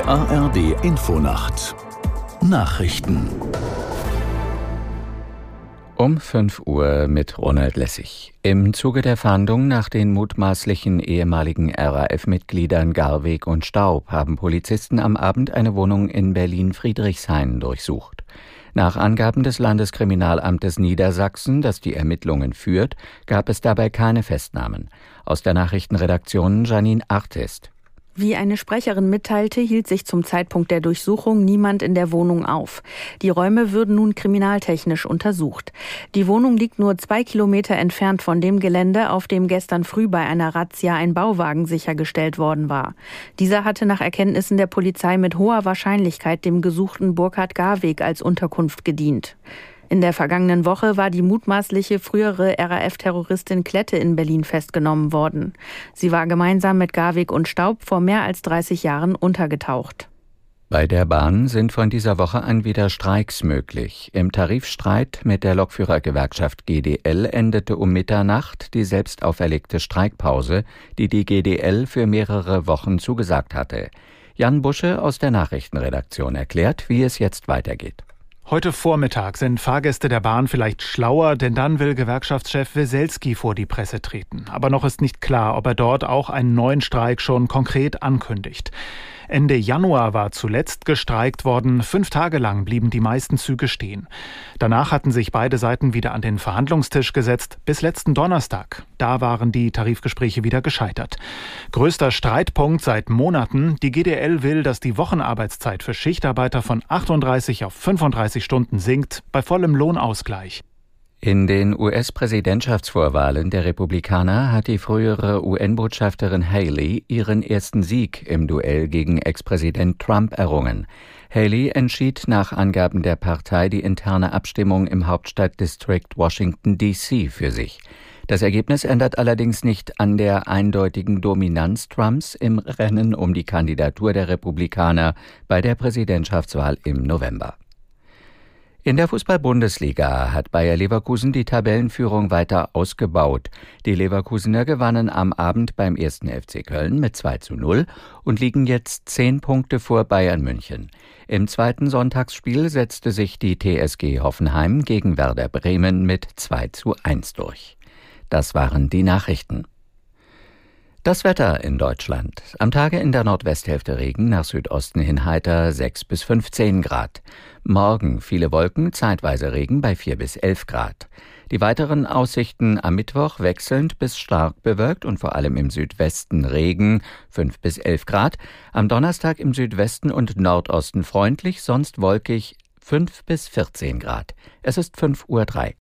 ARD Infonacht Nachrichten Um 5 Uhr mit Ronald Lessig. Im Zuge der Fahndung nach den mutmaßlichen ehemaligen RAF-Mitgliedern Garweg und Staub haben Polizisten am Abend eine Wohnung in Berlin-Friedrichshain durchsucht. Nach Angaben des Landeskriminalamtes Niedersachsen, das die Ermittlungen führt, gab es dabei keine Festnahmen. Aus der Nachrichtenredaktion Janine Artest. Wie eine Sprecherin mitteilte, hielt sich zum Zeitpunkt der Durchsuchung niemand in der Wohnung auf. Die Räume würden nun kriminaltechnisch untersucht. Die Wohnung liegt nur 2 Kilometer entfernt von dem Gelände, auf dem gestern früh bei einer Razzia ein Bauwagen sichergestellt worden war. Dieser hatte nach Erkenntnissen der Polizei mit hoher Wahrscheinlichkeit dem gesuchten Burkhard Garweg als Unterkunft gedient. In der vergangenen Woche war die mutmaßliche frühere RAF-Terroristin Klette in Berlin festgenommen worden. Sie war gemeinsam mit Garweg und Staub vor mehr als 30 Jahren untergetaucht. Bei der Bahn sind von dieser Woche an wieder Streiks möglich. Im Tarifstreit mit der Lokführergewerkschaft GDL endete um Mitternacht die selbst auferlegte Streikpause, die die GDL für mehrere Wochen zugesagt hatte. Jan Busche aus der Nachrichtenredaktion erklärt, wie es jetzt weitergeht. Heute Vormittag sind Fahrgäste der Bahn vielleicht schlauer, denn dann will Gewerkschaftschef Weselski vor die Presse treten. Aber noch ist nicht klar, ob er dort auch einen neuen Streik schon konkret ankündigt. Ende Januar war zuletzt gestreikt worden. 5 Tage lang blieben die meisten Züge stehen. Danach hatten sich beide Seiten wieder an den Verhandlungstisch gesetzt, bis letzten Donnerstag. Da waren die Tarifgespräche wieder gescheitert. Größter Streitpunkt seit Monaten: die GDL will, dass die Wochenarbeitszeit für Schichtarbeiter von 38 auf 35 Stunden sinkt, bei vollem Lohnausgleich. In den US-Präsidentschaftsvorwahlen der Republikaner hat die frühere UN-Botschafterin Haley ihren ersten Sieg im Duell gegen Ex-Präsident Trump errungen. Haley entschied nach Angaben der Partei die interne Abstimmung im Hauptstadtdistrikt Washington, D.C. für sich. Das Ergebnis ändert allerdings nicht an der eindeutigen Dominanz Trumps im Rennen um die Kandidatur der Republikaner bei der Präsidentschaftswahl im November. In der Fußball-Bundesliga hat Bayer Leverkusen die Tabellenführung weiter ausgebaut. Die Leverkusener gewannen am Abend beim 1. FC Köln mit 2:0 und liegen jetzt 10 Punkte vor Bayern München. Im zweiten Sonntagsspiel setzte sich die TSG Hoffenheim gegen Werder Bremen mit 2:1 durch. Das waren die Nachrichten. Das Wetter in Deutschland. Am Tage in der Nordwesthälfte Regen, nach Südosten hin heiter 6 bis 15 Grad. Morgen viele Wolken, zeitweise Regen bei 4 bis 11 Grad. Die weiteren Aussichten am Mittwoch wechselnd bis stark bewölkt und vor allem im Südwesten Regen, 5 bis 11 Grad. Am Donnerstag im Südwesten und Nordosten freundlich, sonst wolkig, 5 bis 14 Grad. Es ist 5:03 Uhr.